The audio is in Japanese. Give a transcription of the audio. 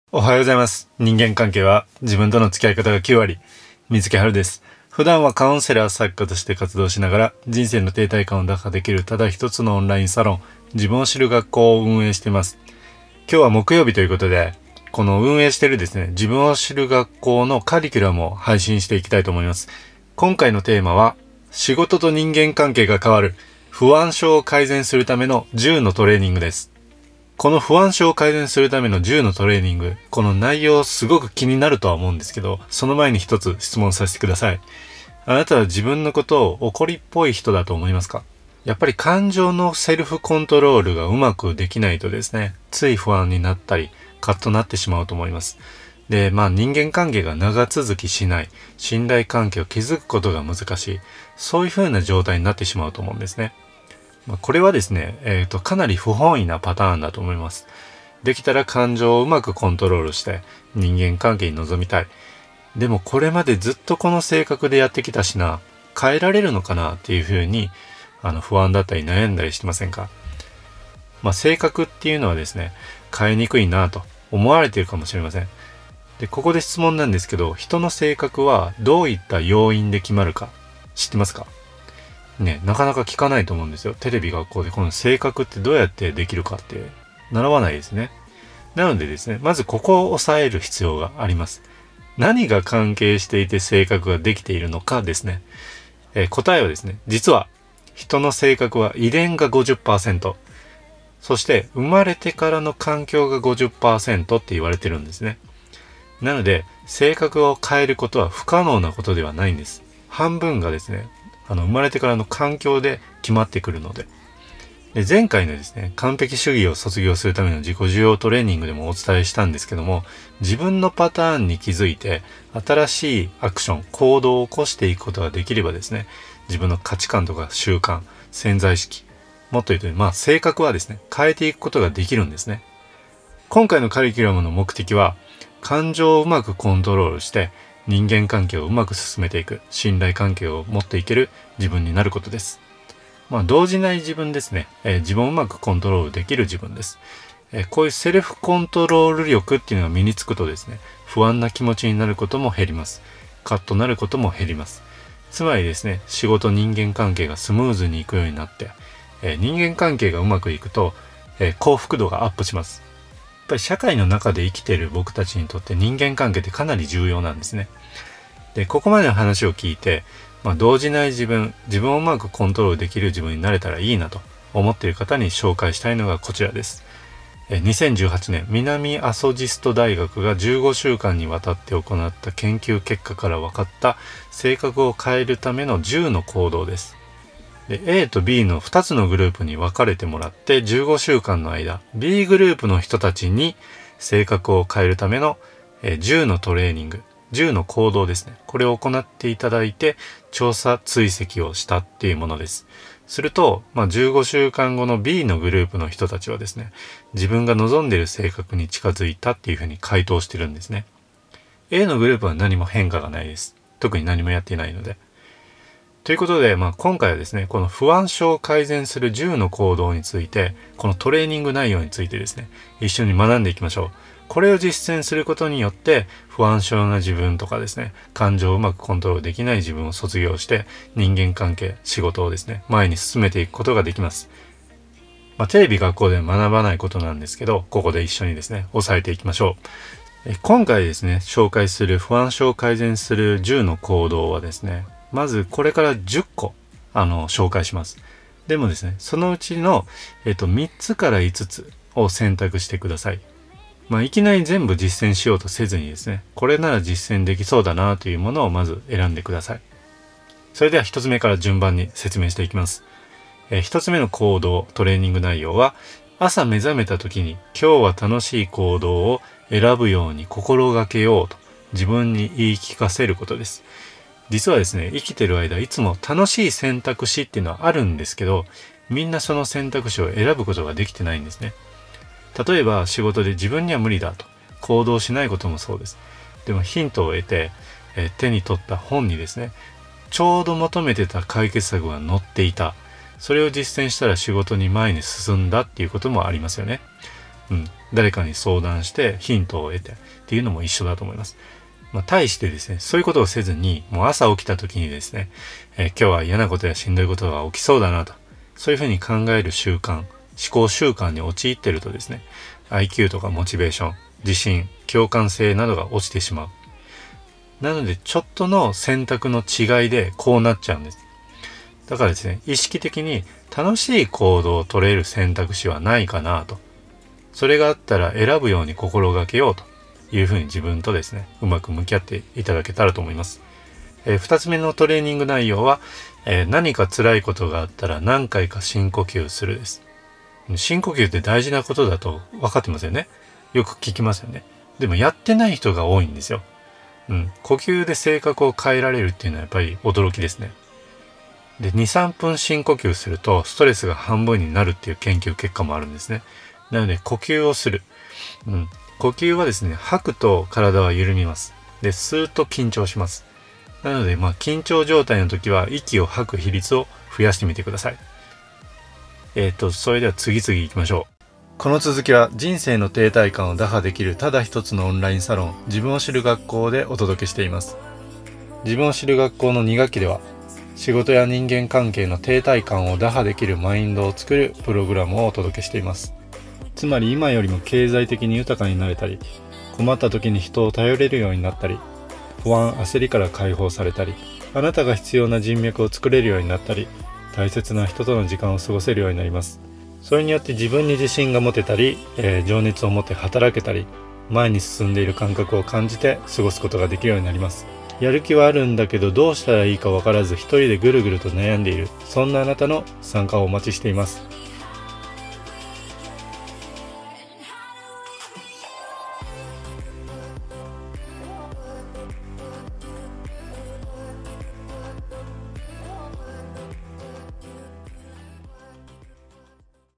おはようございます。人間関係は自分との付き合い方が9割。水木春です。普段はカウンセラー作家として活動しながら人生の停滞感を打破できるただ一つのオンラインサロン、自分を知る学校を運営しています。今日は木曜日ということで、この運営しているですね、自分を知る学校のカリキュラムを配信していきたいと思います。今回のテーマは、仕事と人間関係が変わる不安症を改善するための10のトレーニングです。この不安症を改善するための10のトレーニング、この内容すごく気になるとは思うんですけど、その前に一つ質問させてください。あなたは自分のことを怒りっぽい人だと思いますか？やっぱり感情のセルフコントロールがうまくできないとですね、つい不安になったり、カッとなってしまうと思います。で、人間関係が長続きしない、信頼関係を築くことが難しい、そういう風な状態になってしまうと思うんですね。これはですね、かなり不本意なパターンだと思います。できたら感情をうまくコントロールして人間関係に臨みたい。でもこれまでずっとこの性格でやってきたしな、変えられるのかなっていうふうに不安だったり悩んだりしてませんか？性格っていうのはですね、変えにくいなと思われているかもしれません。で、ここで質問なんですけど、人の性格はどういった要因で決まるか知ってますか？ね、なかなか聞かないと思うんですよ。テレビ学校でこの性格ってどうやってできるかって習わないですね。なのでですね、まずここを押さえる必要があります。何が関係していて性格ができているのかですね。答えはですね、実は人の性格は遺伝が 50%、そして生まれてからの環境が 50% って言われてるんですね。なので、性格を変えることは不可能なことではないんです。半分がですね、生まれてからの環境で決まってくるので。で、前回のですね、完璧主義を卒業するための自己需要トレーニングでもお伝えしたんですけども、自分のパターンに気づいて、新しいアクション、行動を起こしていくことができればですね、自分の価値観とか習慣、潜在意識、もっと言うと、性格はですね、変えていくことができるんですね。今回のカリキュラムの目的は、感情をうまくコントロールして、人間関係をうまく進めていく、信頼関係を持っていける自分になることです。動じない自分ですね。自分をうまくコントロールできる自分です。こういうセルフコントロール力っていうのが身につくとですね、不安な気持ちになることも減ります。カッとなることも減ります。つまりですね、仕事人間関係がスムーズにいくようになって、人間関係がうまくいくと、幸福度がアップします。やっぱり社会の中で生きている僕たちにとって人間関係ってかなり重要なんですね。で、ここまでの話を聞いて、動じない自分をうまくコントロールできる自分になれたらいいなと思っている方に紹介したいのがこちらです。2018年、南アソジスト大学が15週間にわたって行った研究結果から分かった性格を変えるための10の行動です。で、A と B の2つのグループに分かれてもらって15週間の間、B グループの人たちに性格を変えるための10のトレーニング、10の行動ですね。これを行っていただいて調査追跡をしたっていうものです。すると、15週間後の B のグループの人たちはですね、自分が望んでいる性格に近づいたっていうふうに回答してるんですね。A のグループは何も変化がないです。特に何もやっていないので。ということで、今回はですね、この不安症を改善する10の行動について、このトレーニング内容についてですね、一緒に学んでいきましょう。これを実践することによって、不安症な自分とかですね、感情をうまくコントロールできない自分を卒業して、人間関係、仕事をですね、前に進めていくことができます。テレビ学校で学ばないことなんですけど、ここで一緒にですね、押さえていきましょう。今回ですね、紹介する不安症を改善する10の行動はですね、まずこれから10個紹介します。でもですね、そのうちの、3つから5つを選択してください。いきなり全部実践しようとせずにですね、これなら実践できそうだなというものをまず選んでください。それでは1つ目から順番に説明していきます。1つ目の行動、トレーニング内容は、朝目覚めた時に今日は楽しい行動を選ぶように心がけようと自分に言い聞かせることです。実はですね、生きてる間いつも楽しい選択肢っていうのはあるんですけど、みんなその選択肢を選ぶことができてないんですね。例えば仕事で自分には無理だと行動しないこともそうです。でもヒントを得て、手に取った本にですね、ちょうど求めてた解決策が載っていた。それを実践したら仕事に前に進んだっていうこともありますよね。 誰かに相談してヒントを得てっていうのも一緒だと思います。対してですね、そういうことをせずに、もう朝起きた時にですね、今日は嫌なことやしんどいことが起きそうだなと、そういうふうに考える習慣、思考習慣に陥ってるとですね、IQ とかモチベーション、自信、共感性などが落ちてしまう。なので、ちょっとの選択の違いでこうなっちゃうんです。だからですね、意識的に楽しい行動を取れる選択肢はないかなと。それがあったら選ぶように心がけようというふうに自分とですね、うまく向き合っていただけたらと思います。2つ目のトレーニング内容は、何か辛いことがあったら何回か深呼吸するです。深呼吸って大事なことだと分かってますよね。よく聞きますよね。でもやってない人が多いんですよ。呼吸で性格を変えられるっていうのはやっぱり驚きですね。で、2、3分深呼吸するとストレスが半分になるっていう研究結果もあるんですね。なので呼吸をする。呼吸はですね、吐くと体は緩みます。で、吸うと緊張します。なので、緊張状態の時は息を吐く比率を増やしてみてください。それでは次々行きましょう。この続きは人生の停滞感を打破できるただ一つのオンラインサロン、自分を知る学校でお届けしています。自分を知る学校の2学期では、仕事や人間関係の停滞感を打破できるマインドを作るプログラムをお届けしています。つまり今よりも経済的に豊かになれたり、困った時に人を頼れるようになったり、不安・焦りから解放されたり、あなたが必要な人脈を作れるようになったり、大切な人との時間を過ごせるようになります。それによって自分に自信が持てたり、情熱を持って働けたり、前に進んでいる感覚を感じて過ごすことができるようになります。やる気はあるんだけどどうしたらいいかわからず一人でぐるぐると悩んでいる、そんなあなたの参加をお待ちしています。